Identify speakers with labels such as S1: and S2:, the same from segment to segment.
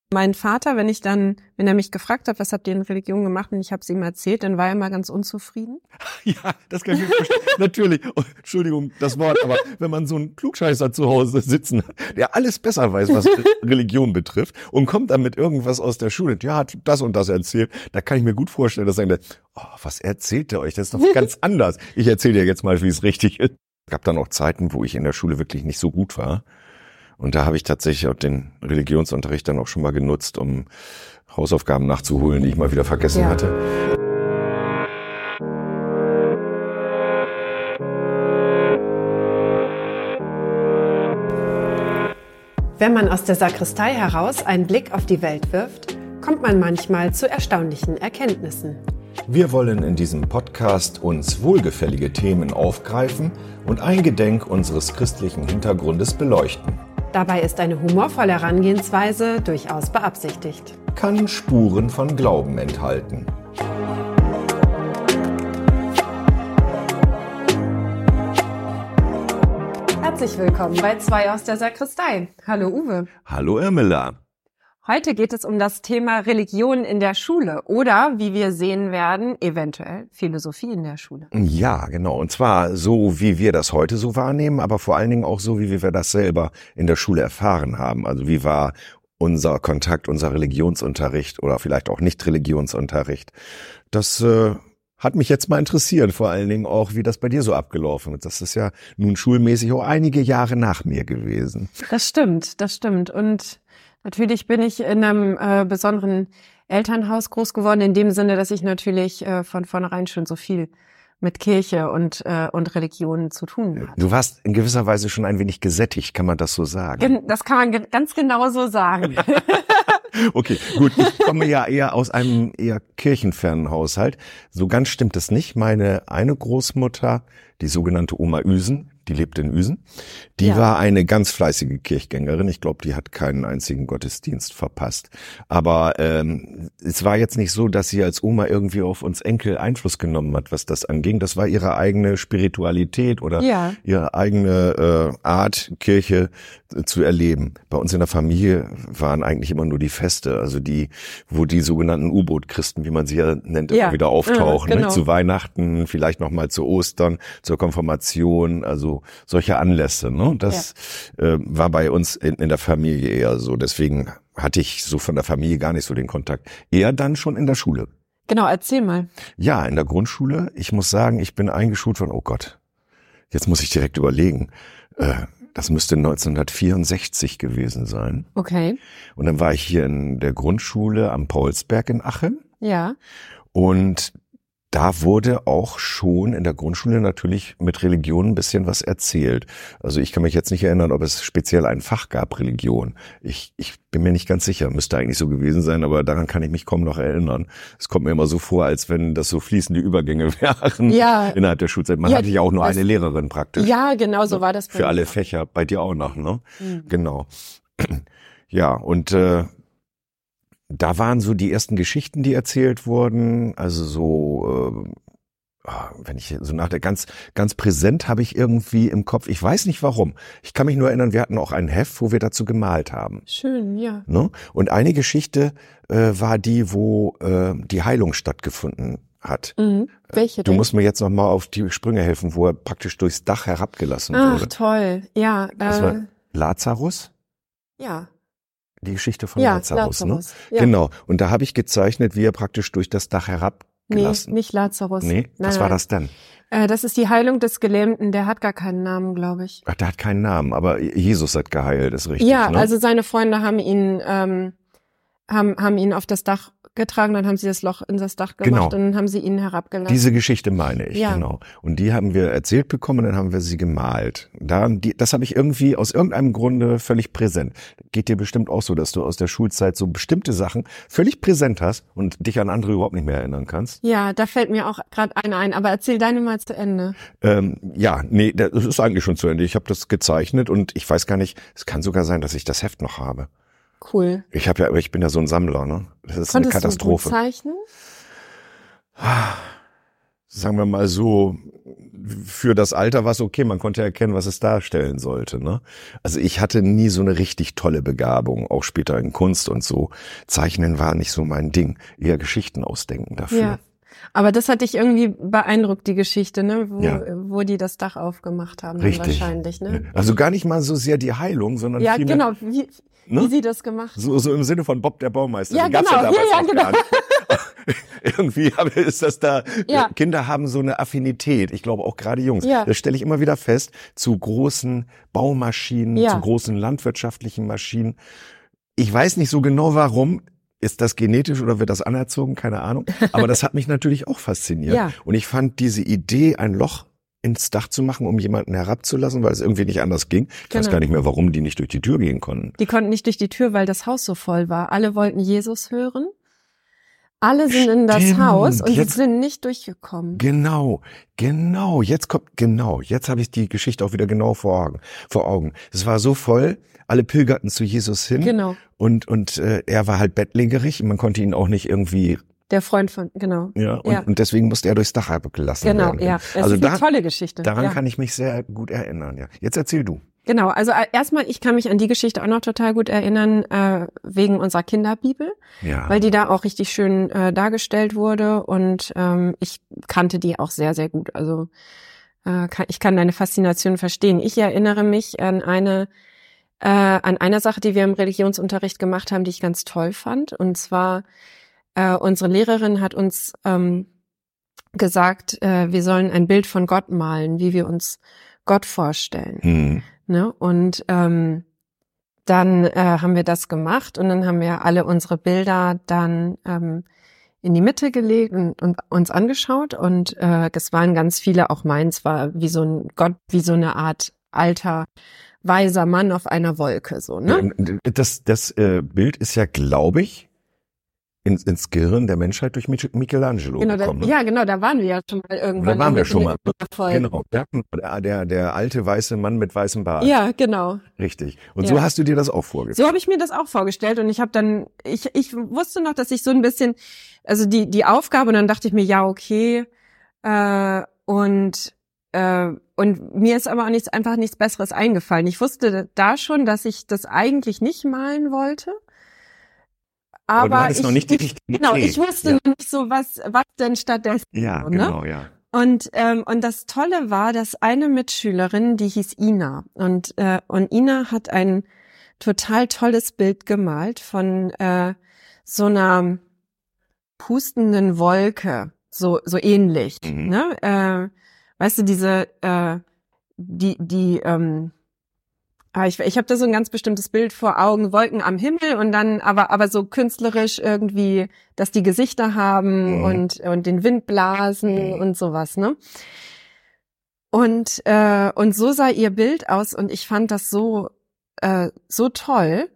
S1: Mein Vater, wenn er mich gefragt hat, was habt ihr in Religion gemacht und ich habe es ihm erzählt, dann war er mal ganz unzufrieden.
S2: Ja, das kann ich mir vorstellen. Natürlich, Entschuldigung, das Wort, aber wenn man so einen Klugscheißer zu Hause sitzen hat, der alles besser weiß, was Religion betrifft und kommt dann mit irgendwas aus der Schule, ja, hat das und das erzählt, da kann ich mir gut vorstellen, dass er sagt, was erzählt der euch? Das ist doch ganz anders. Ich erzähle dir jetzt mal, wie es richtig ist. Es gab dann auch Zeiten, wo ich in der Schule wirklich nicht so gut war. Und da habe ich tatsächlich auch den Religionsunterricht dann auch schon mal genutzt, um Hausaufgaben nachzuholen, die ich mal wieder vergessen hatte.
S1: Wenn man aus der Sakristei heraus einen Blick auf die Welt wirft, kommt man manchmal zu erstaunlichen Erkenntnissen.
S2: Wir wollen in diesem Podcast uns wohlgefällige Themen aufgreifen und eingedenk unseres christlichen Hintergrundes beleuchten.
S1: Dabei ist eine humorvolle Herangehensweise durchaus beabsichtigt.
S2: Kann Spuren von Glauben enthalten.
S1: Herzlich willkommen bei 2 aus der Sakristei. Hallo Uwe.
S2: Hallo Irmela.
S1: Heute geht es um das Thema Religion in der Schule oder, wie wir sehen werden, eventuell Philosophie in der Schule.
S2: Ja, genau. Und zwar so, wie wir das heute so wahrnehmen, aber vor allen Dingen auch so, wie wir das selber in der Schule erfahren haben. Also wie war unser Kontakt, unser Religionsunterricht oder vielleicht auch Nicht-Religionsunterricht. Das hat mich jetzt mal interessiert, vor allen Dingen auch, wie das bei dir so abgelaufen ist. Das ist ja nun schulmäßig auch einige Jahre nach mir gewesen.
S1: Das stimmt. Und natürlich bin ich in einem besonderen Elternhaus groß geworden, in dem Sinne, dass ich natürlich von vornherein schon so viel mit Kirche und Religion zu tun hatte.
S2: Du warst in gewisser Weise schon ein wenig gesättigt, kann man das so sagen?
S1: Das kann man ganz genau so sagen.
S2: Okay, gut. Ich komme ja eher aus einem eher kirchenfernen Haushalt. So ganz stimmt es nicht. Meine eine Großmutter, die sogenannte Oma Üsen, die lebte in Üsen, die war eine ganz fleißige Kirchgängerin. Ich glaube, die hat keinen einzigen Gottesdienst verpasst. Aber es war jetzt nicht so, dass sie als Oma irgendwie auf uns Enkel Einfluss genommen hat, was das anging. Das war ihre eigene Spiritualität oder ihre eigene Art, Kirche zu erleben. Bei uns in der Familie waren eigentlich immer nur die Feste, also wo die sogenannten U-Boot-Christen, wie man sie ja nennt, immer wieder auftauchen. Genau. Ne? Zu Weihnachten, vielleicht nochmal zu Ostern, zur Konfirmation, also solche Anlässe. Ne? Das war bei uns in der Familie eher so. Deswegen hatte ich so von der Familie gar nicht so den Kontakt. Eher dann schon in der Schule.
S1: Genau, erzähl mal.
S2: Ja, in der Grundschule. Ich muss sagen, ich bin eingeschult worden, oh Gott, jetzt muss ich direkt überlegen. Das müsste 1964 gewesen sein.
S1: Okay.
S2: Und dann war ich hier in der Grundschule am Paulsberg in Achim.
S1: Ja.
S2: Und da wurde auch schon in der Grundschule natürlich mit Religion ein bisschen was erzählt. Also ich kann mich jetzt nicht erinnern, ob es speziell ein Fach gab, Religion. Ich bin mir nicht ganz sicher, müsste eigentlich so gewesen sein, aber daran kann ich mich kaum noch erinnern. Es kommt mir immer so vor, als wenn das so fließende Übergänge wären innerhalb der Schulzeit. Man hatte ja auch nur eine Lehrerin praktisch.
S1: Ja, genau so war das.
S2: Für alle Fächer, bei dir auch noch, ne? Mhm. Genau. Ja, und da waren so die ersten Geschichten, die erzählt wurden, also so, wenn ich so nachdenke, ganz präsent habe ich irgendwie im Kopf, ich weiß nicht warum. Ich kann mich nur erinnern, wir hatten auch ein Heft, wo wir dazu gemalt haben.
S1: Schön, ja.
S2: Ne? Und eine Geschichte war die, wo die Heilung stattgefunden hat.
S1: Mhm. Welche denn?
S2: Du musst mir jetzt noch mal auf die Sprünge helfen, wo er praktisch durchs Dach herabgelassen wurde.
S1: Ach, toll, ja.
S2: Das war Lazarus?
S1: Ja.
S2: Die Geschichte von Lazarus, ne? Ja. Genau. Und da habe ich gezeichnet, wie er praktisch durch das Dach herabgelassen.
S1: Nee, nicht Lazarus.
S2: Nee, was war das denn?
S1: Das ist die Heilung des Gelähmten, der hat gar keinen Namen, glaube ich.
S2: Ach, der hat keinen Namen, aber Jesus hat geheilt, ist richtig,
S1: ja,
S2: ne?
S1: Also seine Freunde haben ihn auf das Dach getragen, dann haben sie das Loch in das Dach gemacht und dann haben sie ihn herabgelassen.
S2: Diese Geschichte meine ich, genau. Und die haben wir erzählt bekommen, dann haben wir sie gemalt. Das habe ich irgendwie aus irgendeinem Grunde völlig präsent. Geht dir bestimmt auch so, dass du aus der Schulzeit so bestimmte Sachen völlig präsent hast und dich an andere überhaupt nicht mehr erinnern kannst?
S1: Ja, da fällt mir auch gerade eine ein, aber erzähl deine mal zu Ende.
S2: Das ist eigentlich schon zu Ende. Ich habe das gezeichnet und ich weiß gar nicht, es kann sogar sein, dass ich das Heft noch habe.
S1: Cool.
S2: Ich bin ja so ein Sammler, ne? Das ist eine Katastrophe.
S1: Konntest du gut zeichnen?
S2: sagen wir mal so, für das Alter war es okay, man konnte erkennen, was es darstellen sollte, ne? Also ich hatte nie so eine richtig tolle Begabung, auch später in Kunst und so. Zeichnen war nicht so mein Ding, eher Geschichten ausdenken dafür.
S1: Ja. Aber das hat dich irgendwie beeindruckt, die Geschichte, ne? Wo die das Dach aufgemacht haben, dann
S2: Richtig.
S1: wahrscheinlich, ne?
S2: Also gar nicht mal so sehr die Heilung, sondern
S1: Ja,
S2: vielmehr,
S1: genau, wie sie das gemacht haben.
S2: so im Sinne von Bob der Baumeister.
S1: Ja,
S2: Die gab's
S1: genau,
S2: damals
S1: ja,
S2: noch
S1: genau.
S2: gar nicht. Irgendwie ist das da,
S1: Ja.
S2: Kinder haben so eine Affinität, ich glaube auch gerade Jungs,
S1: Ja.
S2: das stelle ich immer wieder fest, zu großen Baumaschinen,
S1: Ja.
S2: zu großen landwirtschaftlichen Maschinen. Ich weiß nicht so genau warum, ist das genetisch oder wird das anerzogen, keine Ahnung, aber das hat mich natürlich auch fasziniert.
S1: Ja.
S2: Und ich fand diese Idee, ein Loch ins Dach zu machen, um jemanden herabzulassen, weil es irgendwie nicht anders ging. Ich weiß
S1: Genau.
S2: gar nicht mehr, warum die nicht durch die Tür gehen konnten.
S1: Die konnten nicht durch die Tür, weil das Haus so voll war. Alle wollten Jesus hören. Alle sind in das
S2: Stimmt,
S1: Haus und sie
S2: jetzt-
S1: sind nicht durchgekommen.
S2: Genau. Jetzt habe ich die Geschichte auch wieder genau vor Augen. Es war so voll, alle pilgerten zu Jesus hin.
S1: Genau.
S2: Und er war halt bettlägerig und man konnte ihn auch nicht irgendwie,
S1: Der Freund von, genau.
S2: ja,
S1: Ja.
S2: und deswegen musste er durchs Dach abgelassen
S1: Genau,
S2: werden.
S1: ja. Das
S2: Also
S1: ist eine tolle Geschichte.
S2: daran
S1: ja.
S2: kann ich mich sehr gut erinnern, ja. Jetzt erzähl du.
S1: Genau, also erstmal, ich kann mich an die Geschichte auch noch total gut erinnern, wegen unserer Kinderbibel,
S2: Ja.
S1: weil die da auch richtig schön dargestellt wurde und ich kannte die auch sehr, sehr gut. Also ich kann deine Faszination verstehen. Ich erinnere mich an eine Sache, die wir im Religionsunterricht gemacht haben, die ich ganz toll fand. Und zwar, unsere Lehrerin hat uns gesagt, wir sollen ein Bild von Gott malen, wie wir uns Gott vorstellen.
S2: Mhm.
S1: Ne? Und dann haben wir das gemacht und dann haben wir alle unsere Bilder dann in die Mitte gelegt und uns angeschaut und es waren ganz viele, auch meins war wie so ein Gott, wie so eine Art alter, weiser Mann auf einer Wolke, so, ne?
S2: Das Bild ist ja, glaube ich, ins Gehirn der Menschheit durch Michelangelo
S1: Genau,
S2: gekommen. Ne?
S1: ja, genau, da waren wir ja schon mal irgendwann.
S2: Da waren wir schon mal.
S1: In der Folge.
S2: Genau. Der alte weiße Mann mit weißem Bart.
S1: Ja, genau.
S2: Richtig. Und
S1: Ja.
S2: so hast du dir das auch vorgestellt.
S1: So habe ich mir das auch vorgestellt und ich habe dann, ich wusste noch, dass ich so ein bisschen, also die Aufgabe und dann dachte ich mir, ja, okay, und mir ist aber auch einfach nichts Besseres eingefallen. Ich wusste da schon, dass ich das eigentlich nicht malen wollte.
S2: Aber du hattest noch nicht die richtige
S1: Genau,
S2: Idee.
S1: ich wusste
S2: Ja.
S1: noch nicht so, was denn stattdessen.
S2: Ja,
S1: ne?
S2: genau, ja.
S1: Und das Tolle war, dass eine Mitschülerin, die hieß Ina, und Ina hat ein total tolles Bild gemalt von so einer pustenden Wolke, so ähnlich,
S2: Mhm.
S1: ne? Weißt du, diese ich habe da so ein ganz bestimmtes Bild vor Augen, Wolken am Himmel und dann aber so künstlerisch irgendwie, dass die Gesichter haben und den Wind blasen und sowas, ne? Und so sah ihr Bild aus und ich fand das so toll,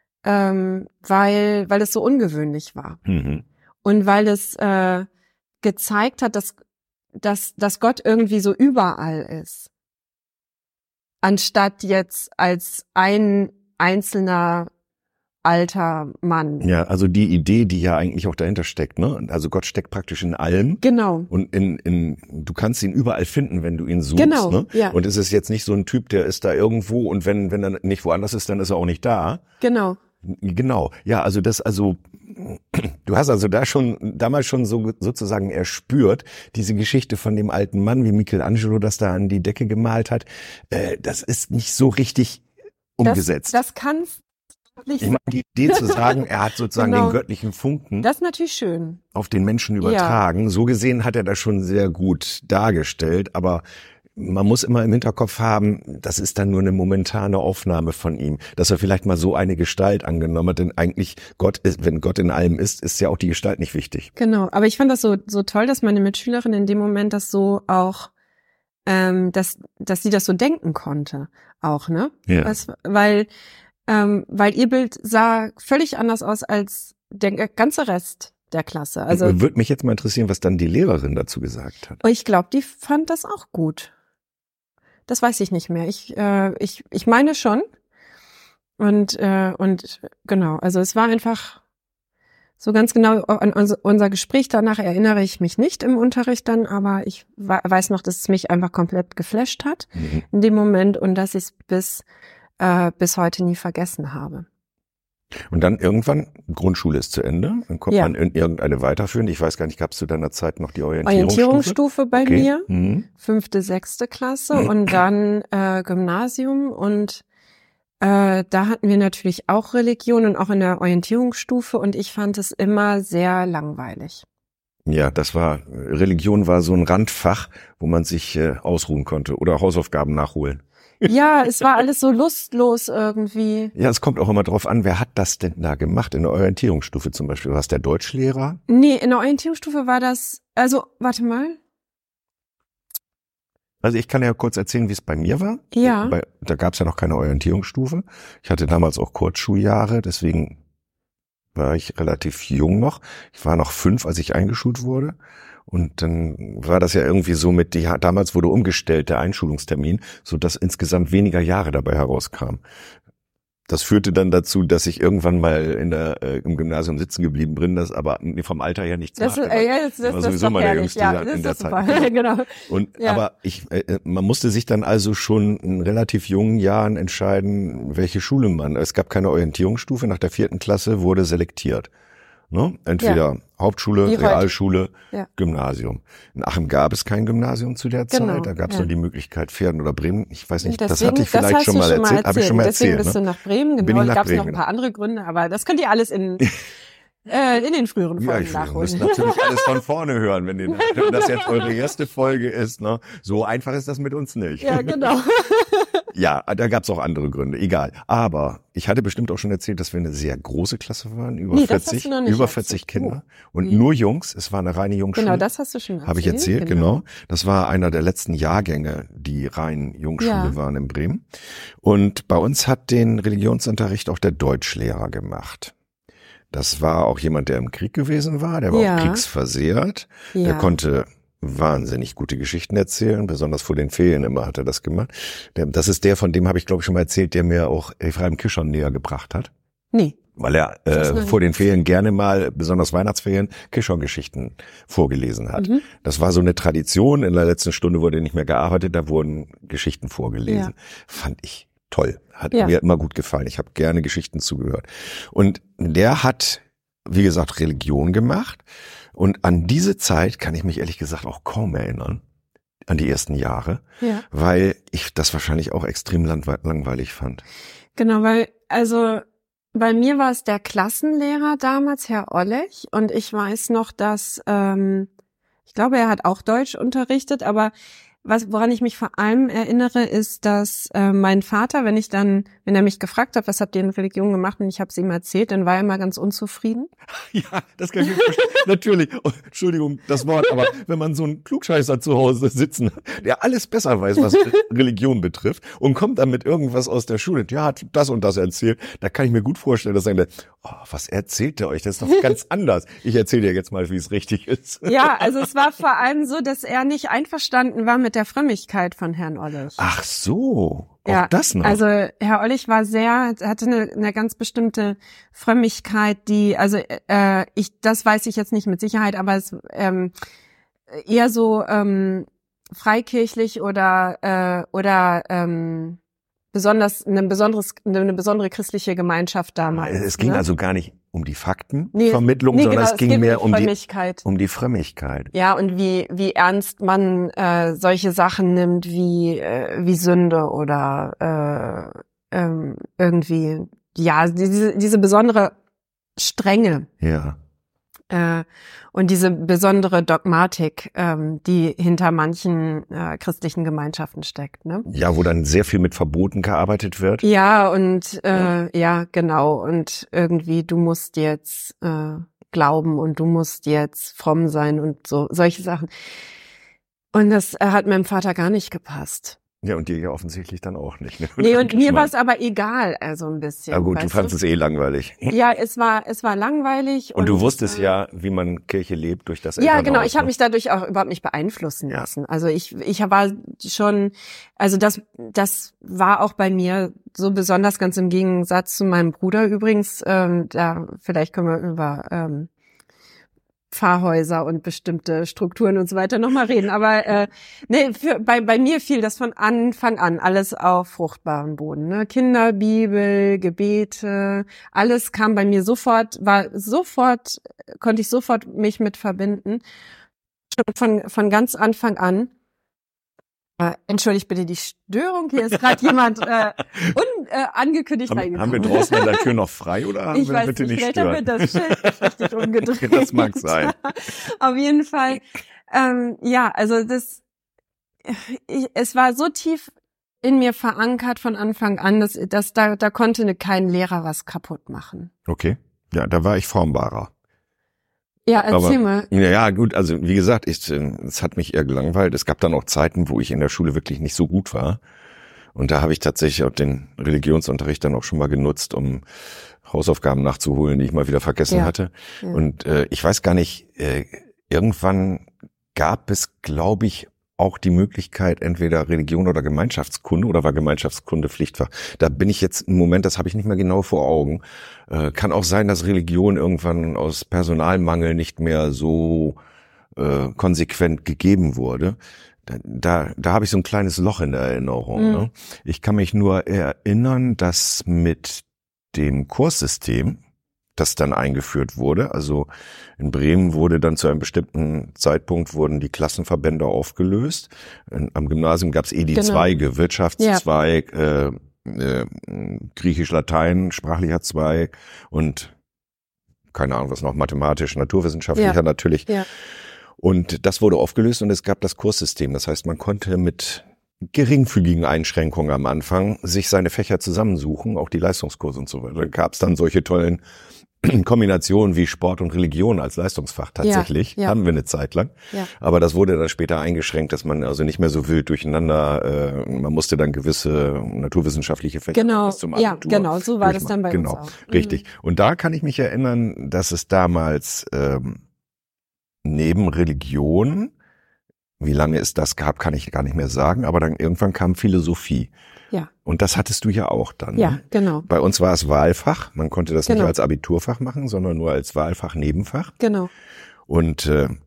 S1: weil es so ungewöhnlich war
S2: Mhm.
S1: und weil es gezeigt hat, dass Gott irgendwie so überall ist. Anstatt jetzt als ein einzelner alter Mann.
S2: Ja, also die Idee, die ja eigentlich auch dahinter steckt, ne? Also Gott steckt praktisch in allem.
S1: Genau.
S2: Und du kannst ihn überall finden, wenn du ihn suchst,
S1: Genau,
S2: ne?
S1: ja.
S2: Und es ist jetzt nicht so ein Typ, der ist da irgendwo und wenn er nicht woanders ist, dann ist er auch nicht da.
S1: Genau.
S2: Genau. Ja, du hast also damals schon so sozusagen erspürt, diese Geschichte von dem alten Mann, wie Michelangelo das da an die Decke gemalt hat, das ist nicht so richtig umgesetzt.
S1: Das kann's wirklich
S2: Ich meine, die Idee zu sagen, er hat sozusagen
S1: Genau.
S2: den göttlichen Funken
S1: Das ist natürlich schön.
S2: auf den Menschen übertragen. So gesehen hat er das schon sehr gut dargestellt, aber man muss immer im Hinterkopf haben, das ist dann nur eine momentane Aufnahme von ihm, dass er vielleicht mal so eine Gestalt angenommen hat, denn eigentlich wenn Gott in allem ist ja auch die Gestalt nicht wichtig.
S1: Genau. Aber ich fand das so toll, dass meine Mitschülerin in dem Moment das so auch, dass sie das so denken konnte, auch, ne?
S2: Ja.
S1: Weil ihr Bild sah völlig anders aus als der ganze Rest der Klasse. Also
S2: Würde mich jetzt mal interessieren, was dann die Lehrerin dazu gesagt hat.
S1: ich glaube, die fand das auch gut. Das weiß ich nicht mehr. Ich meine schon. Und genau, also es war einfach So ganz genau an unser Gespräch danach erinnere ich mich nicht im Unterricht dann, aber ich weiß noch, dass es mich einfach komplett geflasht hat in dem Moment und dass ich es bis heute nie vergessen habe.
S2: Und dann irgendwann, Grundschule ist zu Ende, dann kommt man in irgendeine weiterführende. Ich weiß gar nicht, gab es zu deiner Zeit noch die
S1: Orientierungsstufe bei mir, 5., 6. Klasse und dann Gymnasium und da hatten wir natürlich auch Religion und auch in der Orientierungsstufe und ich fand es immer sehr langweilig.
S2: Ja, Religion war so ein Randfach, wo man sich ausruhen konnte oder Hausaufgaben nachholen.
S1: Ja, es war alles so lustlos irgendwie.
S2: Ja, es kommt auch immer drauf an, wer hat das denn da gemacht? In der Orientierungsstufe zum Beispiel, war es der Deutschlehrer?
S1: Nee, in der Orientierungsstufe war das, also, warte mal.
S2: Also ich kann ja kurz erzählen, wie es bei mir war.
S1: Ja.
S2: Da gab es ja noch keine Orientierungsstufe. Ich hatte damals auch Kurzschuljahre, deswegen war ich relativ jung noch. Ich war noch 5, als ich eingeschult wurde. Und dann war das ja irgendwie so damals wurde umgestellt, der Einschulungstermin, so dass insgesamt weniger Jahre dabei herauskamen. Das führte dann dazu, dass ich irgendwann mal im Gymnasium sitzen geblieben bin, das aber vom Alter her nichts machte.
S1: Das war sowieso mal der Jüngste in der Zeit. Genau.
S2: Und aber man musste sich dann also schon in relativ jungen Jahren entscheiden, welche Schule man. Es gab keine Orientierungsstufe. Nach der 4. Klasse wurde selektiert. Ne? Entweder Hauptschule, Realschule, Gymnasium. In Aachen gab es kein Gymnasium zu der Zeit.
S1: Genau,
S2: da gab es nur die Möglichkeit Pferden oder Bremen. Ich weiß nicht,
S1: deswegen,
S2: das hatte ich vielleicht schon mal erzählt. Habe ich schon mal
S1: deswegen
S2: erzählt.
S1: Bist du nach Bremen, genau. Da gab es noch ein paar andere Gründe, aber das könnt ihr alles in den früheren Folgen nachholen.
S2: Ihr müsst natürlich alles von vorne hören, wenn das jetzt eure erste Folge ist. Ne? So einfach ist das mit uns nicht.
S1: Ja, genau.
S2: Ja, da gab's auch andere Gründe, egal. Aber ich hatte bestimmt auch schon erzählt, dass wir eine sehr große Klasse waren, über 40 Kinder und nur Jungs. Es war eine reine Jungschule.
S1: Genau, das hast du schon erzählt.
S2: Habe ich erzählt, genau. Das war einer der letzten Jahrgänge, die rein Jungschule waren in Bremen. Und bei uns hat den Religionsunterricht auch der Deutschlehrer gemacht. Das war auch jemand, der im Krieg gewesen war, der war auch kriegsversehrt, der konnte wahnsinnig gute Geschichten erzählen, besonders vor den Ferien immer hat er das gemacht. Das ist der, von dem habe ich glaube ich schon mal erzählt, der mir auch Ephraim Kishon näher gebracht hat.
S1: Nee.
S2: Weil er vor den Ferien gerne mal, besonders Weihnachtsferien, Kishon-Geschichten vorgelesen hat. Das war so eine Tradition, in der letzten Stunde wurde nicht mehr gearbeitet, da wurden Geschichten vorgelesen. Fand ich toll, hat mir immer gut gefallen. Ich habe gerne Geschichten zugehört. Und der hat, wie gesagt, Religion gemacht. Und an diese Zeit kann ich mich ehrlich gesagt auch kaum erinnern, an die ersten Jahre, weil ich das wahrscheinlich auch extrem langweilig fand.
S1: Genau, also bei mir war es der Klassenlehrer damals, Herr Ollech, und ich weiß noch, dass, ich glaube, er hat auch Deutsch unterrichtet, aber woran ich mich vor allem erinnere, ist, dass mein Vater, wenn er mich gefragt hat, was habt ihr in Religion gemacht und ich habe es ihm erzählt, dann war er immer ganz unzufrieden.
S2: Ja, das kann ich mir vorstellen. Natürlich, Entschuldigung, das Wort, aber wenn man so einen Klugscheißer zu Hause sitzen hat, der alles besser weiß, was Religion betrifft und kommt dann mit irgendwas aus der Schule, hat das und das erzählt, da kann ich mir gut vorstellen, dass er sagt, was erzählt er euch? Das ist doch ganz anders. Ich erzähle dir jetzt mal, wie es richtig ist.
S1: Ja, also es war vor allem so, dass er nicht einverstanden war mit der Frömmigkeit von Herrn Ollech.
S2: Ach so, auch das noch.
S1: Also Herr Ollech hatte eine ganz bestimmte Frömmigkeit, die, also das weiß ich jetzt nicht mit Sicherheit, aber es eher so freikirchlich oder eine besondere christliche Gemeinschaft damals.
S2: Es ging also gar nicht um die Faktenvermittlung, sondern es ging mehr um die Frömmigkeit.
S1: Ja, und wie ernst man solche Sachen nimmt wie Sünde oder irgendwie, ja, diese besondere Strenge.
S2: Ja.
S1: Und diese besondere Dogmatik, die hinter manchen christlichen Gemeinschaften steckt, ne?
S2: Ja, wo dann sehr viel mit Verboten gearbeitet wird.
S1: Ja, und ja, genau. Und irgendwie, du musst jetzt glauben und du musst jetzt fromm sein und so solche Sachen. Und das hat meinem Vater gar nicht gepasst.
S2: Ja, und dir ja offensichtlich dann auch nicht. Ne?
S1: Nee, und mir war es aber egal, also ein bisschen.
S2: Ja gut, du fandest es langweilig.
S1: Ja, es war langweilig.
S2: Und du wusstest ja, wie man Kirche lebt durch das
S1: Elternhaus. Ja, genau,
S2: ich
S1: habe mich dadurch auch überhaupt nicht beeinflussen lassen. Also ich war schon, also das war auch bei mir so besonders, ganz im Gegensatz zu meinem Bruder übrigens. Da vielleicht können wir über Pfarrhäuser und bestimmte Strukturen und so weiter nochmal reden. Aber bei mir fiel das von Anfang an alles auf fruchtbaren Boden. Ne? Kinderbibel, Gebete, alles kam bei mir konnte ich sofort mich mit verbinden. Schon von ganz Anfang an. Entschuldigt bitte die Störung. Hier ist gerade jemand angekündigt reingekommen.
S2: Haben wir draußen an der Tür noch frei oder haben wir bitte nicht stören?
S1: Vielleicht haben wir das Schild nicht richtig umgedreht.
S2: Das mag sein.
S1: Auf jeden Fall. Also es war so tief in mir verankert von Anfang an, dass da konnte kein Lehrer was kaputt machen.
S2: Okay. Ja, da war ich formbarer.
S1: Ja, erzähl mal.
S2: Ja, gut, also wie gesagt, es hat mich eher gelangweilt. Es gab dann auch Zeiten, wo ich in der Schule wirklich nicht so gut war. Und da habe ich tatsächlich auch den Religionsunterricht dann auch schon mal genutzt, um Hausaufgaben nachzuholen, die ich mal wieder vergessen hatte. Ja. Und ich weiß gar nicht, irgendwann gab es, glaube ich, auch die Möglichkeit, entweder Religion oder Gemeinschaftskunde, oder war Gemeinschaftskunde Pflichtfach. Da bin ich jetzt im Moment, das habe ich nicht mehr genau vor Augen. Kann auch sein, dass Religion irgendwann aus Personalmangel nicht mehr so konsequent gegeben wurde. Da habe ich so ein kleines Loch in der Erinnerung. Ne? Ich kann mich nur erinnern, dass mit dem Kurssystem, das dann eingeführt wurde, also in Bremen wurde dann zu einem bestimmten Zeitpunkt wurden die Klassenverbände aufgelöst. Am Gymnasium gab es die Zweige, Wirtschaftszweig, Griechisch-Latein, sprachlicher Zweig und keine Ahnung was noch, mathematisch, naturwissenschaftlicher natürlich. Ja. Und das wurde aufgelöst und es gab das Kurssystem. Das heißt, man konnte mit geringfügigen Einschränkungen am Anfang sich seine Fächer zusammensuchen, auch die Leistungskurse und so weiter. Da gab es dann solche tollen Kombinationen wie Sport und Religion als Leistungsfach tatsächlich. Ja. Haben wir eine Zeit lang. Ja. Aber das wurde dann später eingeschränkt, dass man also nicht mehr so wild durcheinander, man musste dann gewisse naturwissenschaftliche Fächer bis zum Abitur.
S1: Ja, genau, so war das dann bei uns auch.
S2: Richtig. Und da kann ich mich erinnern, dass es damals neben Religion, wie lange es das gab, kann ich gar nicht mehr sagen, aber dann irgendwann kam Philosophie.
S1: Ja.
S2: Und das hattest du ja auch dann.
S1: Ja, genau.
S2: Bei uns war es Wahlfach. Man konnte das nicht als Abiturfach machen, sondern nur als Wahlfach-Nebenfach.
S1: Genau.
S2: Und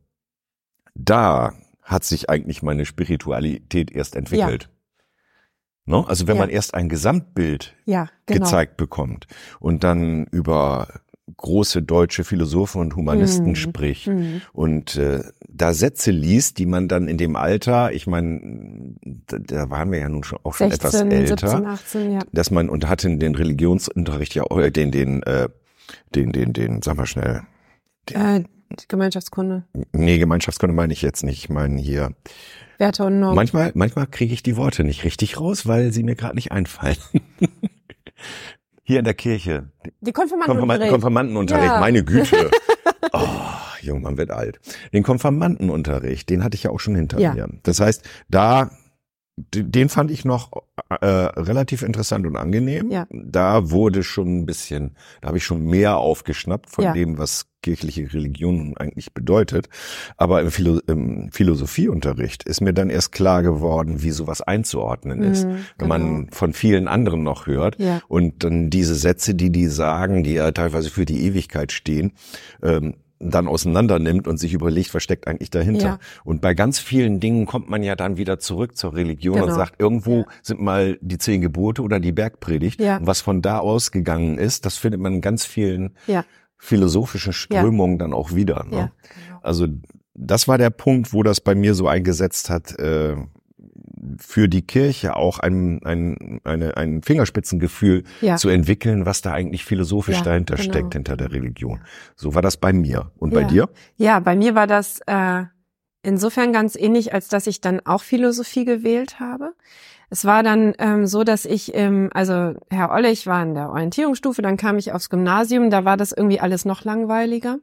S2: da hat sich eigentlich meine Spiritualität erst entwickelt. Ja. No? Also wenn man erst ein Gesamtbild gezeigt bekommt und dann über große deutsche Philosophen und Humanisten spricht und da Sätze liest, die man dann in dem Alter, ich meine, da waren wir ja nun schon auch schon 16, etwas älter,
S1: 17, 18,
S2: dass man und hatten den Religionsunterricht ja auch, den, sag mal schnell.
S1: Gemeinschaftskunde.
S2: Nee, Gemeinschaftskunde meine ich jetzt nicht, ich meine hier.
S1: Werte und Normen.
S2: Manchmal kriege ich die Worte nicht richtig raus, weil sie mir gerade nicht einfallen. Hier in der Kirche.
S1: Die Konfirmandenunterricht.
S2: Konfirmandenunterricht, ja. Meine Güte. Oh, Junge, man wird alt. Den Konfirmandenunterricht, den hatte ich ja auch schon hinter mir. Das heißt, den fand ich noch relativ interessant und angenehm. Ja. Da wurde schon ein bisschen, da habe ich schon mehr aufgeschnappt von dem, was kirchliche Religion eigentlich bedeutet. Aber im Philosophieunterricht ist mir dann erst klar geworden, wie sowas einzuordnen ist. Wenn man von vielen anderen noch hört und dann diese Sätze, die sagen, die ja teilweise für die Ewigkeit stehen, dann auseinander nimmt und sich überlegt, was steckt eigentlich dahinter. Ja. Und bei ganz vielen Dingen kommt man ja dann wieder zurück zur Religion und sagt, irgendwo sind mal die 10 Gebote oder die Bergpredigt. Ja. Und was von da ausgegangen ist, das findet man in ganz vielen philosophischen Strömungen dann auch wieder. Ne? Ja, genau. Also das war der Punkt, wo das bei mir so eingesetzt hat, für die Kirche auch ein Fingerspitzengefühl zu entwickeln, was da eigentlich philosophisch dahinter steckt, hinter der Religion. So war das bei mir. Und bei dir? Ja,
S1: bei mir war das insofern ganz ähnlich, als dass ich dann auch Philosophie gewählt habe. Es war dann so, dass ich, also Herr Ollich war in der Orientierungsstufe, dann kam ich aufs Gymnasium, da war das irgendwie alles noch langweiliger.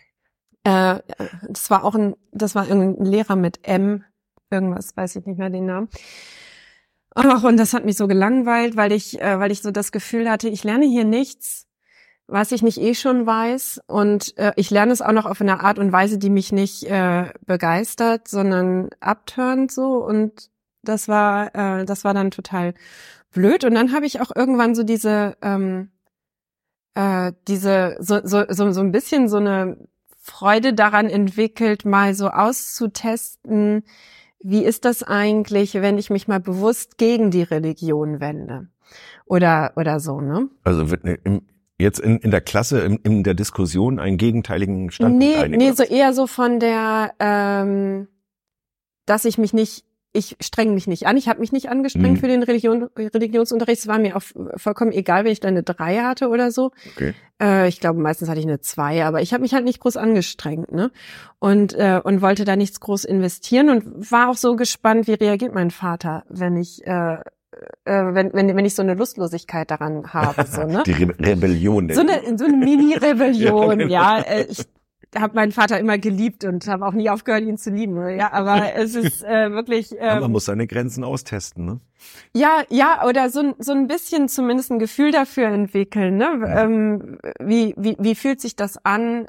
S1: Das war irgendein Lehrer mit M, irgendwas, weiß ich nicht mehr den Namen. Ach, und das hat mich so gelangweilt, weil ich so das Gefühl hatte, ich lerne hier nichts, was ich nicht schon weiß, und ich lerne es auch noch auf eine Art und Weise, die mich nicht begeistert, sondern abturnt so, und das war dann total blöd. Und dann habe ich auch irgendwann so so ein bisschen so eine Freude daran entwickelt, mal so auszutesten, wie ist das eigentlich, wenn ich mich mal bewusst gegen die Religion wende? Oder so, ne?
S2: Also wird jetzt in der Klasse, in der Diskussion einen gegenteiligen Standpunkt einnehmen?
S1: Nee, so eher so von der, dass ich streng mich nicht an. Ich habe mich nicht angestrengt für den Religionsunterricht. Es war mir auch vollkommen egal, wenn ich da eine 3 hatte oder so.
S2: Okay.
S1: Ich glaube, meistens hatte ich eine 2, aber ich habe mich halt nicht groß angestrengt, ne? Und wollte da nichts groß investieren und war auch so gespannt, wie reagiert mein Vater, wenn ich wenn ich so eine Lustlosigkeit daran habe, so, ne?
S2: Die Rebellion.
S1: So eine Mini-Rebellion,
S2: ja.
S1: Ich habe meinen Vater immer geliebt und habe auch nie aufgehört, ihn zu lieben. Ja, aber es ist wirklich.
S2: Aber man muss seine Grenzen austesten, ne?
S1: Ja, oder so ein bisschen zumindest ein Gefühl dafür entwickeln, ne? Wie fühlt sich das an?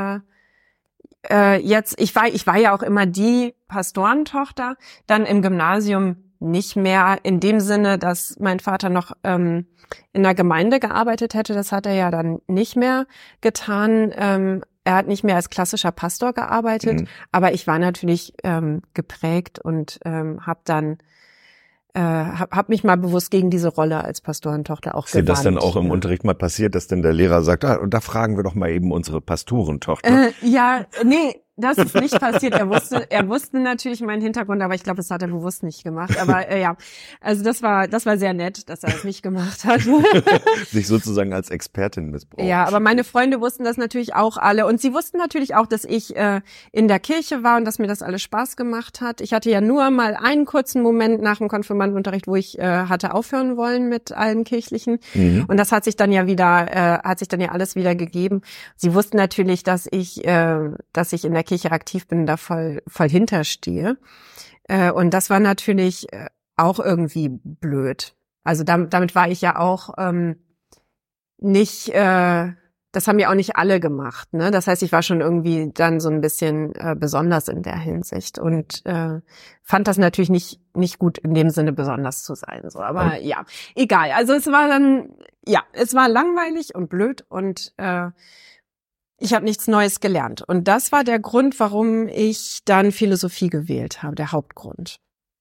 S1: Jetzt, ich war ja auch immer die Pastorentochter, dann im Gymnasium nicht mehr in dem Sinne, dass mein Vater noch in der Gemeinde gearbeitet hätte. Das hat er ja dann nicht mehr getan. Er hat nicht mehr als klassischer Pastor gearbeitet, aber ich war natürlich geprägt und hab mich mal bewusst gegen diese Rolle als Pastorentochter auch gewandt.
S2: Ist dir das dann auch im Unterricht mal passiert, dass dann der Lehrer sagt, und da fragen wir doch mal eben unsere Pastorentochter?
S1: Nee, das ist nicht passiert. Er wusste natürlich meinen Hintergrund, aber ich glaube, das hat er bewusst nicht gemacht. Aber ja, also das war sehr nett, dass er es nicht gemacht hat.
S2: Sich sozusagen als Expertin missbraucht.
S1: Ja, aber meine Freunde wussten das natürlich auch alle. Und sie wussten natürlich auch, dass ich in der Kirche war und dass mir das alles Spaß gemacht hat. Ich hatte ja nur mal einen kurzen Moment nach dem Konfirmandenunterricht, wo ich hatte aufhören wollen mit allem Kirchlichen. Und das hat sich dann ja alles wieder gegeben. Sie wussten natürlich, dass ich in der Kirche aktiv bin, da voll hinterstehe. Und das war natürlich auch irgendwie blöd. Also damit war ich ja auch nicht, das haben ja auch nicht alle gemacht, ne? Das heißt, ich war schon irgendwie dann so ein bisschen besonders in der Hinsicht und fand das natürlich nicht gut in dem Sinne besonders zu sein, so. Aber ja, egal. Also es war langweilig und blöd und ich habe nichts Neues gelernt. Und das war der Grund, warum ich dann Philosophie gewählt habe, der Hauptgrund.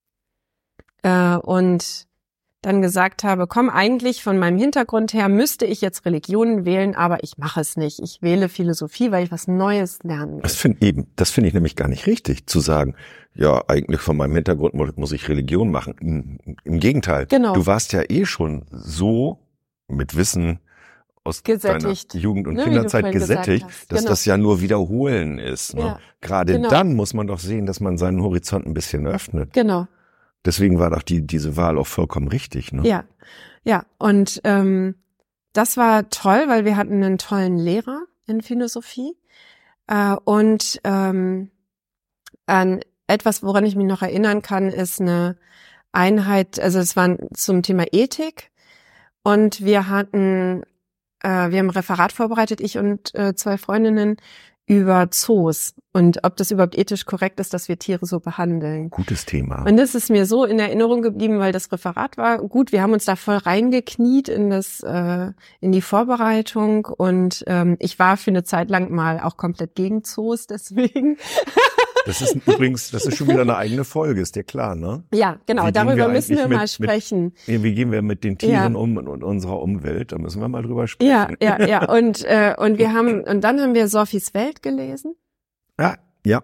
S1: Und dann gesagt habe, komm, eigentlich von meinem Hintergrund her müsste ich jetzt Religionen wählen, aber ich mache es nicht. Ich wähle Philosophie, weil ich was Neues lernen will.
S2: Das finde ich nämlich gar nicht richtig, zu sagen, ja, eigentlich von meinem Hintergrund muss ich Religion machen. Im Gegenteil.
S1: Genau.
S2: Du warst ja schon so mit Wissen aus deiner Jugend- und Kinderzeit gesättigt, dass das ja nur Wiederholen ist. Ne? Ja, gerade dann muss man doch sehen, dass man seinen Horizont ein bisschen öffnet.
S1: Genau.
S2: Deswegen war doch diese Wahl auch vollkommen richtig. Ne?
S1: Ja. Und das war toll, weil wir hatten einen tollen Lehrer in Philosophie. Und an etwas, woran ich mich noch erinnern kann, ist eine Einheit, also es war zum Thema Ethik. Und wir haben ein Referat vorbereitet, ich und 2 Freundinnen, über Zoos und ob das überhaupt ethisch korrekt ist, dass wir Tiere so behandeln.
S2: Gutes Thema.
S1: Und das ist mir so in Erinnerung geblieben, weil das Referat war gut. Wir haben uns da voll reingekniet in die Vorbereitung und ich war für eine Zeit lang mal auch komplett gegen Zoos, deswegen.
S2: Das ist schon wieder eine eigene Folge, ist dir klar, ne?
S1: Ja, genau, darüber müssen wir mal sprechen.
S2: Wie gehen wir mit den Tieren um und unserer Umwelt? Da müssen wir mal drüber sprechen.
S1: Ja. Und dann haben wir Sophies Welt gelesen.
S2: Ja.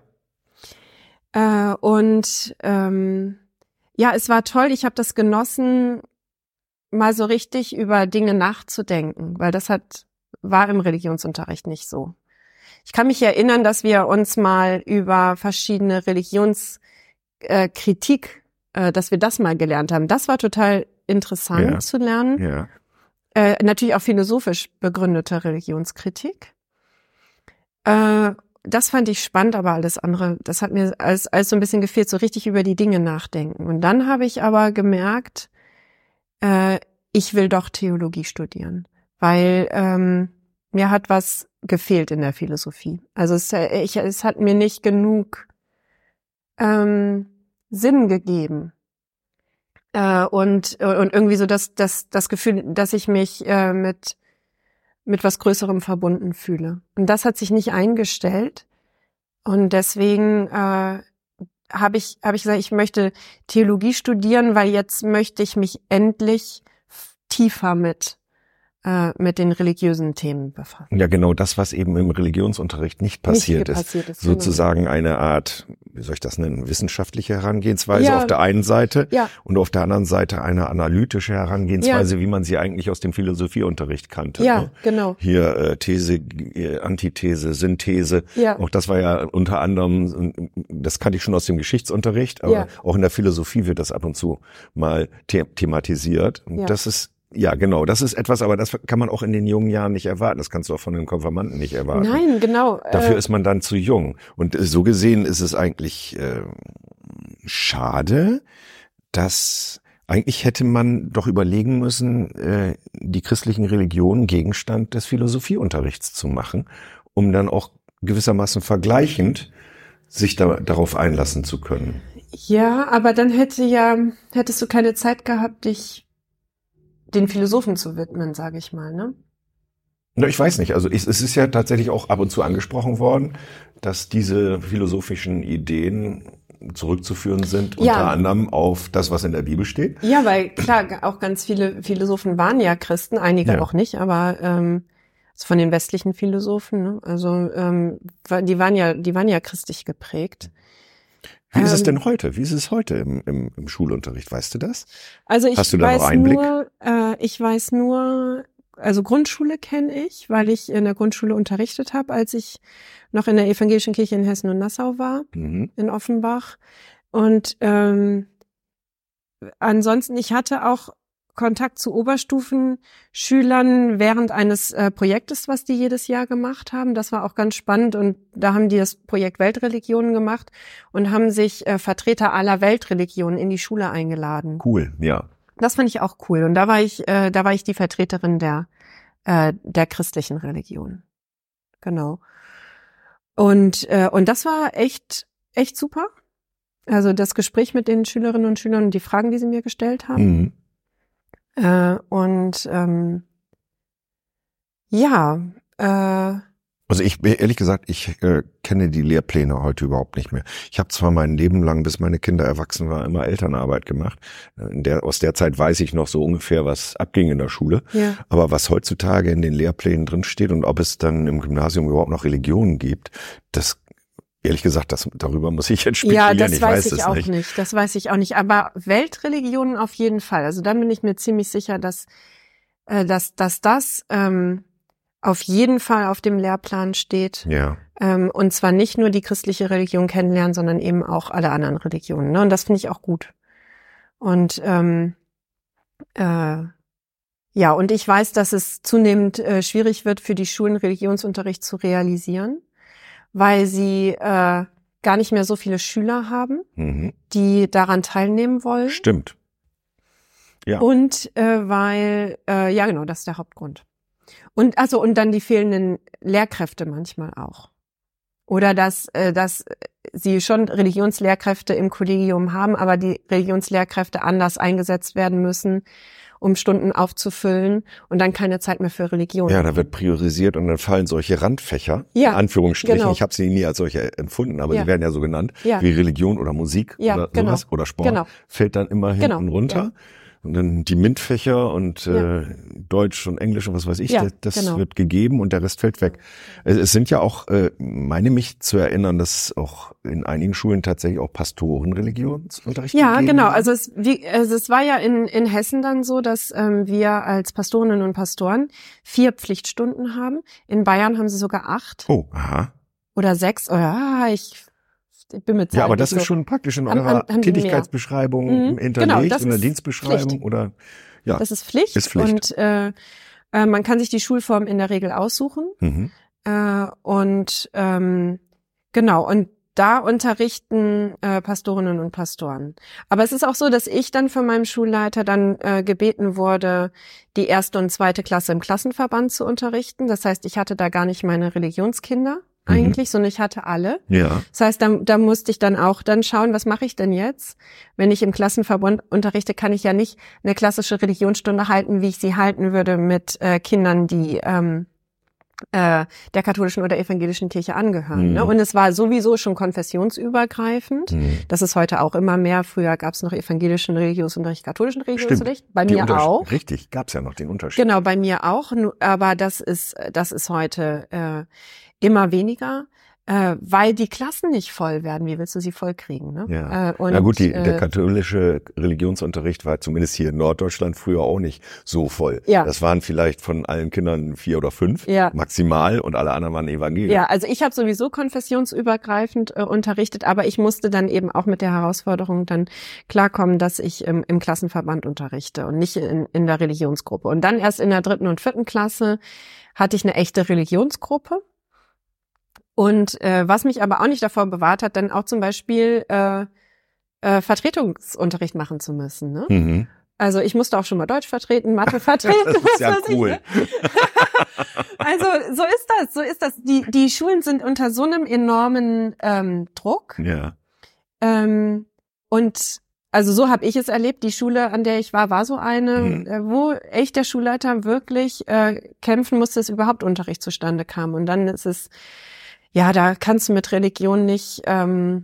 S1: Es war toll. Ich habe das genossen, mal so richtig über Dinge nachzudenken, weil das war im Religionsunterricht nicht so. Ich kann mich erinnern, dass wir uns mal über verschiedene Religionskritik, dass wir das mal gelernt haben. Das war total interessant zu lernen.
S2: Ja.
S1: Natürlich auch philosophisch begründete Religionskritik. Das fand ich spannend, aber alles andere, das hat mir als so ein bisschen gefehlt, so richtig über die Dinge nachdenken. Und dann habe ich aber gemerkt, ich will doch Theologie studieren, weil mir hat was gefehlt in der Philosophie. Also es hat mir nicht genug Sinn gegeben. Und irgendwie so das Gefühl, dass ich mich mit mit was Größerem verbunden fühle. Und das hat sich nicht eingestellt. Und deswegen habe ich gesagt, ich möchte Theologie studieren, weil jetzt möchte ich mich endlich tiefer mit den religiösen Themen befassen.
S2: Ja, genau das, was eben im Religionsunterricht nicht passiert ist. Sozusagen eine Art, wie soll ich das nennen, wissenschaftliche Herangehensweise auf der einen Seite und auf der anderen Seite eine analytische Herangehensweise, wie man sie eigentlich aus dem Philosophieunterricht kannte.
S1: Ja,
S2: ne?
S1: genau.
S2: Hier These, Antithese, Synthese. Ja. Auch das war ja unter anderem, das kannte ich schon aus dem Geschichtsunterricht, aber auch in der Philosophie wird das ab und zu mal thematisiert. Und das ist ja, genau. Das ist etwas, aber das kann man auch in den jungen Jahren nicht erwarten. Das kannst du auch von den Konfirmanden nicht erwarten.
S1: Nein, genau.
S2: Dafür ist man dann zu jung. Und so gesehen ist es eigentlich schade, dass eigentlich hätte man doch überlegen müssen, die christlichen Religionen Gegenstand des Philosophieunterriits zu machen, um dann auch gewissermaßen vergleichend sich darauf einlassen zu können.
S1: Ja, aber dann hättest du keine Zeit gehabt, dich den Philosophen zu widmen, sage ich mal, ne?
S2: Na, ich weiß nicht. Also es ist ja tatsächlich auch ab und zu angesprochen worden, dass diese philosophischen Ideen zurückzuführen sind, unter anderem auf das, was in der Bibel steht.
S1: Ja, weil klar, auch ganz viele Philosophen waren ja Christen, einige auch nicht, aber von den westlichen Philosophen, ne? Also die waren ja christlich geprägt.
S2: Wie ist es denn heute? Wie ist es heute im Schulunterricht? Weißt du das?
S1: Also
S2: Hast du da noch Einblick?
S1: Ich weiß nur, also Grundschule kenne ich, weil ich in der Grundschule unterrichtet habe, als ich noch in der evangelischen Kirche in Hessen und Nassau war, in Offenbach. Und ansonsten, ich hatte auch Kontakt zu Oberstufenschülern während eines Projektes, was die jedes Jahr gemacht haben. Das war auch ganz spannend und da haben die das Projekt Weltreligionen gemacht und haben sich Vertreter aller Weltreligionen in die Schule eingeladen.
S2: Cool, ja.
S1: Das fand ich auch cool und da war ich die Vertreterin der christlichen Religion. Genau. Und das war echt super. Also das Gespräch mit den Schülerinnen und Schülern und die Fragen, die sie mir gestellt haben.
S2: Also ehrlich gesagt, ich kenne die Lehrpläne heute überhaupt nicht mehr. Ich habe zwar mein Leben lang, bis meine Kinder erwachsen waren, immer Elternarbeit gemacht. Aus der Zeit weiß ich noch so ungefähr, was abging in der Schule. Ja. Aber was heutzutage in den Lehrplänen drinsteht und ob es dann im Gymnasium überhaupt noch Religionen gibt, das ehrlich gesagt, darüber muss ich jetzt spekulieren.
S1: Ja, das weiß ich auch nicht. Das weiß ich auch nicht. Aber Weltreligionen auf jeden Fall. Also da bin ich mir ziemlich sicher, dass das auf jeden Fall auf dem Lehrplan steht. Ja. Und zwar nicht nur die christliche Religion kennenlernen, sondern eben auch alle anderen Religionen. Ne? Und das finde ich auch gut. Und und ich weiß, dass es zunehmend schwierig wird für die Schulen, Religionsunterricht zu realisieren, weil sie gar nicht mehr so viele Schüler haben, die daran teilnehmen wollen.
S2: Stimmt. Ja.
S1: Und weil, genau, das ist der Hauptgrund. Und dann die fehlenden Lehrkräfte manchmal auch. Oder dass sie schon Religionslehrkräfte im Kollegium haben, aber die Religionslehrkräfte anders eingesetzt werden müssen, um Stunden aufzufüllen und dann keine Zeit mehr für Religion.
S2: Ja, da wird priorisiert und dann fallen solche Randfächer, in Anführungsstrichen. Genau. Ich habe sie nie als solche empfunden, aber sie werden ja so genannt, wie Religion oder Musik oder sowas oder Sport, fällt dann immer hinten runter. Ja. Und dann die MINT-Fächer und Deutsch und Englisch und was weiß ich, das wird gegeben und der Rest fällt weg. Es sind ja auch, meine mich zu erinnern, dass auch in einigen Schulen tatsächlich auch Pastorenreligionsunterricht gegeben
S1: genau. Also es war ja in Hessen dann so, dass wir als Pastorinnen und Pastoren 4 Pflichtstunden haben. In Bayern haben sie sogar 8.
S2: Oh, aha.
S1: Oder 6. Ich bin mit Zahlen.
S2: Ja, aber das ist schon praktisch in eurer Tätigkeitsbeschreibung hinterlegt, in der Dienstbeschreibung Pflicht. Oder ja.
S1: Das ist Pflicht. Und man kann sich die Schulform in der Regel aussuchen. Und da unterrichten Pastorinnen und Pastoren. Aber es ist auch so, dass ich dann von meinem Schulleiter dann gebeten wurde, die 1. und 2. Klasse im Klassenverband zu unterrichten. Das heißt, ich hatte da gar nicht meine Religionskinder eigentlich, sondern ich hatte alle. Ja. Das heißt, da musste ich dann auch schauen, was mache ich denn jetzt? Wenn ich im Klassenverband unterrichte, kann ich ja nicht eine klassische Religionsstunde halten, wie ich sie halten würde mit Kindern, die der katholischen oder evangelischen Kirche angehören. Ne? Und es war sowieso schon konfessionsübergreifend. Das ist heute auch immer mehr. Früher gab es noch evangelischen Religionsunterricht, katholischen Religionsunterricht.
S2: Stimmt.
S1: Bei mir auch.
S2: Richtig, gab es ja noch den Unterschied.
S1: Genau, bei mir auch. Aber das ist heute immer weniger. Weil die Klassen nicht voll werden. Wie willst du sie voll kriegen? Ne?
S2: Ja. Na gut, der katholische Religionsunterricht war zumindest hier in Norddeutschland früher auch nicht so voll.
S1: Ja.
S2: Das waren vielleicht von allen Kindern 4 oder 5 maximal und alle anderen waren Evangelisch.
S1: Ja, also ich habe sowieso konfessionsübergreifend unterrichtet, aber ich musste dann eben auch mit der Herausforderung dann klarkommen, dass ich im Klassenverband unterrichte und nicht in der Religionsgruppe. Und dann erst in der 3. und 4. Klasse hatte ich eine echte Religionsgruppe. Und was mich aber auch nicht davor bewahrt hat, dann auch zum Beispiel Vertretungsunterricht machen zu müssen. Ne?
S2: Mhm.
S1: Also ich musste auch schon mal Deutsch vertreten, Mathe vertreten.
S2: Das ist ja cool.
S1: Also so ist das. Die Schulen sind unter so einem enormen Druck.
S2: Ja.
S1: Und also so habe ich es erlebt. Die Schule, an der ich war so eine, wo echt der Schulleiter wirklich kämpfen musste, dass überhaupt Unterricht zustande kam. Und dann ist es ja, da kannst du mit Religion nicht, da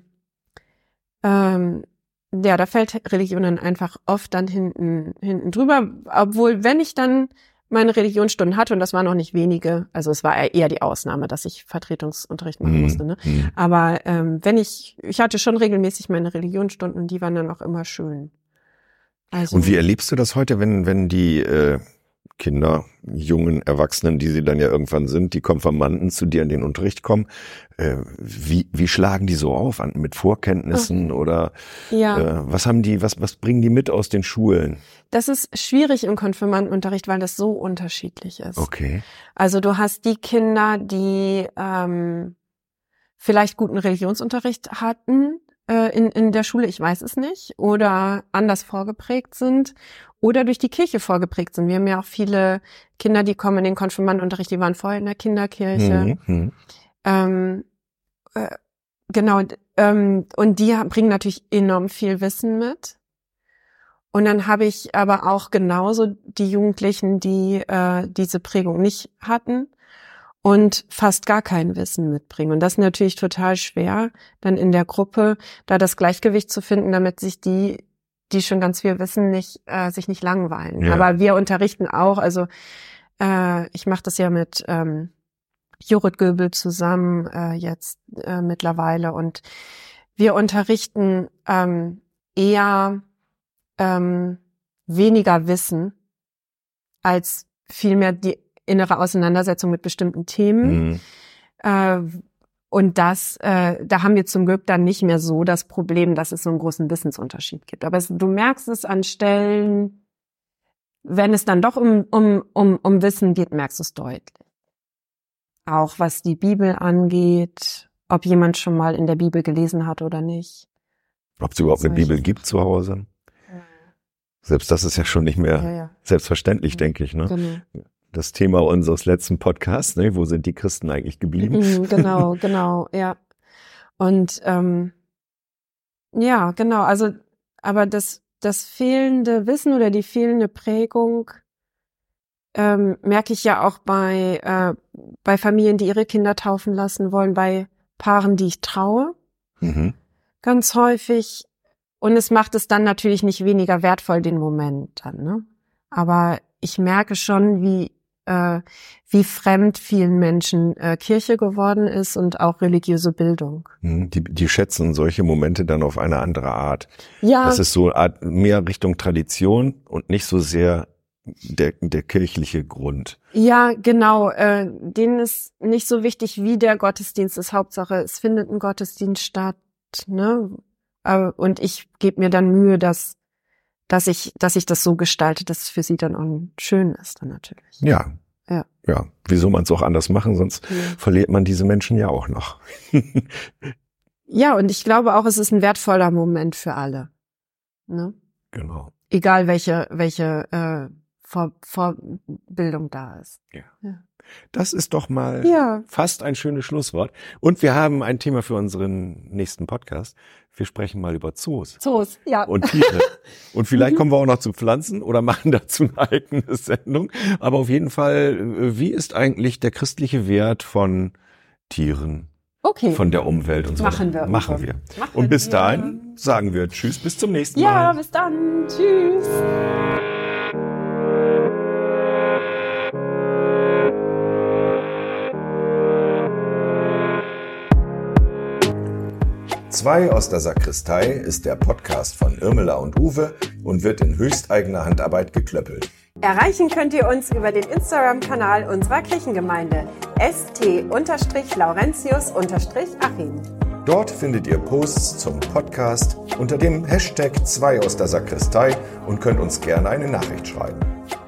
S1: fällt Religion dann einfach oft dann hinten drüber. Obwohl, wenn ich dann meine Religionsstunden hatte, und das waren noch nicht wenige, also es war eher die Ausnahme, dass ich Vertretungsunterricht machen musste, ne? Aber ich hatte schon regelmäßig meine Religionsstunden, die waren dann auch immer schön. Also,
S2: und wie erlebst du das heute, wenn die Kinder, jungen Erwachsenen, die sie dann ja irgendwann sind, die Konfirmanden zu dir in den Unterricht kommen, wie schlagen die so auf? Mit Vorkenntnissen oder was bringen die mit aus den Schulen?
S1: Das ist schwierig im Konfirmandenunterricht, weil das so unterschiedlich ist.
S2: Okay.
S1: Also du hast die Kinder, die vielleicht guten Religionsunterricht hatten in der Schule, ich weiß es nicht, oder anders vorgeprägt sind oder durch die Kirche vorgeprägt sind. Wir haben ja auch viele Kinder, die kommen in den Konfirmandenunterricht, die waren vorher in der Kinderkirche. Genau, und die bringen natürlich enorm viel Wissen mit. Und dann habe ich aber auch genauso die Jugendlichen, die diese Prägung nicht hatten und fast gar kein Wissen mitbringen. Und das ist natürlich total schwer, dann in der Gruppe da das Gleichgewicht zu finden, damit sich die schon ganz viel wissen, sich nicht langweilen. Ja. Aber wir unterrichten auch, also ich mache das ja mit Jurrit Göbel zusammen jetzt mittlerweile, und wir unterrichten eher weniger Wissen als vielmehr die innere Auseinandersetzung mit bestimmten Themen. Und da haben wir zum Glück dann nicht mehr so das Problem, dass es so einen großen Wissensunterschied gibt. Aber du merkst es an Stellen, wenn es dann doch um Wissen geht, merkst du es deutlich. Auch was die Bibel angeht, ob jemand schon mal in der Bibel gelesen hat oder nicht.
S2: Ob es überhaupt eine Bibel gibt zu Hause. Selbst das ist ja schon nicht mehr selbstverständlich, denke ich. Ne? Genau. Das Thema unseres letzten Podcasts, ne? Wo sind die Christen eigentlich geblieben?
S1: Genau, ja. Und ja, genau, also aber das fehlende Wissen oder die fehlende Prägung merke ich ja auch bei Familien, die ihre Kinder taufen lassen wollen, bei Paaren, die ich traue, ganz häufig. Und es macht es dann natürlich nicht weniger wertvoll, den Moment dann, ne? Aber ich merke schon, wie fremd vielen Menschen Kirche geworden ist und auch religiöse Bildung.
S2: Die schätzen solche Momente dann auf eine andere Art.
S1: Ja.
S2: Das ist so mehr Richtung Tradition und nicht so sehr der kirchliche Grund.
S1: Ja, genau. Denen ist nicht so wichtig, wie der Gottesdienst ist. Hauptsache, es findet ein Gottesdienst statt, ne? Und ich gebe mir dann Mühe, dass ich das so gestalte, dass es für sie dann auch schön ist, dann natürlich.
S2: Ja. Wie soll man es auch anders machen? Sonst verliert man diese Menschen ja auch noch.
S1: Ja, und ich glaube auch, es ist ein wertvoller Moment für alle. Ne?
S2: Genau.
S1: Egal welche Vorbildung da ist.
S2: Ja. Das ist doch mal fast ein schönes Schlusswort. Und wir haben ein Thema für unseren nächsten Podcast. Wir sprechen mal über Zoos.
S3: Zoos, ja.
S2: Und Tiere. Und vielleicht kommen wir auch noch zu Pflanzen oder machen dazu eine eigene Sendung. Aber auf jeden Fall, wie ist eigentlich der christliche Wert von Tieren, von der Umwelt und so?
S3: Machen wir.
S2: Und bis dahin sagen wir Tschüss, bis zum nächsten Mal.
S3: Ja, bis dann. Tschüss.
S2: Zwei aus der Sakristei ist der Podcast von Irmela und Uwe und wird in höchsteigener Handarbeit geklöppelt.
S1: Erreichen könnt ihr uns über den Instagram-Kanal unserer Kirchengemeinde st-laurentius-achim.
S2: Dort findet ihr Posts zum Podcast unter dem Hashtag 2 aus der Sakristei und könnt uns gerne eine Nachricht schreiben.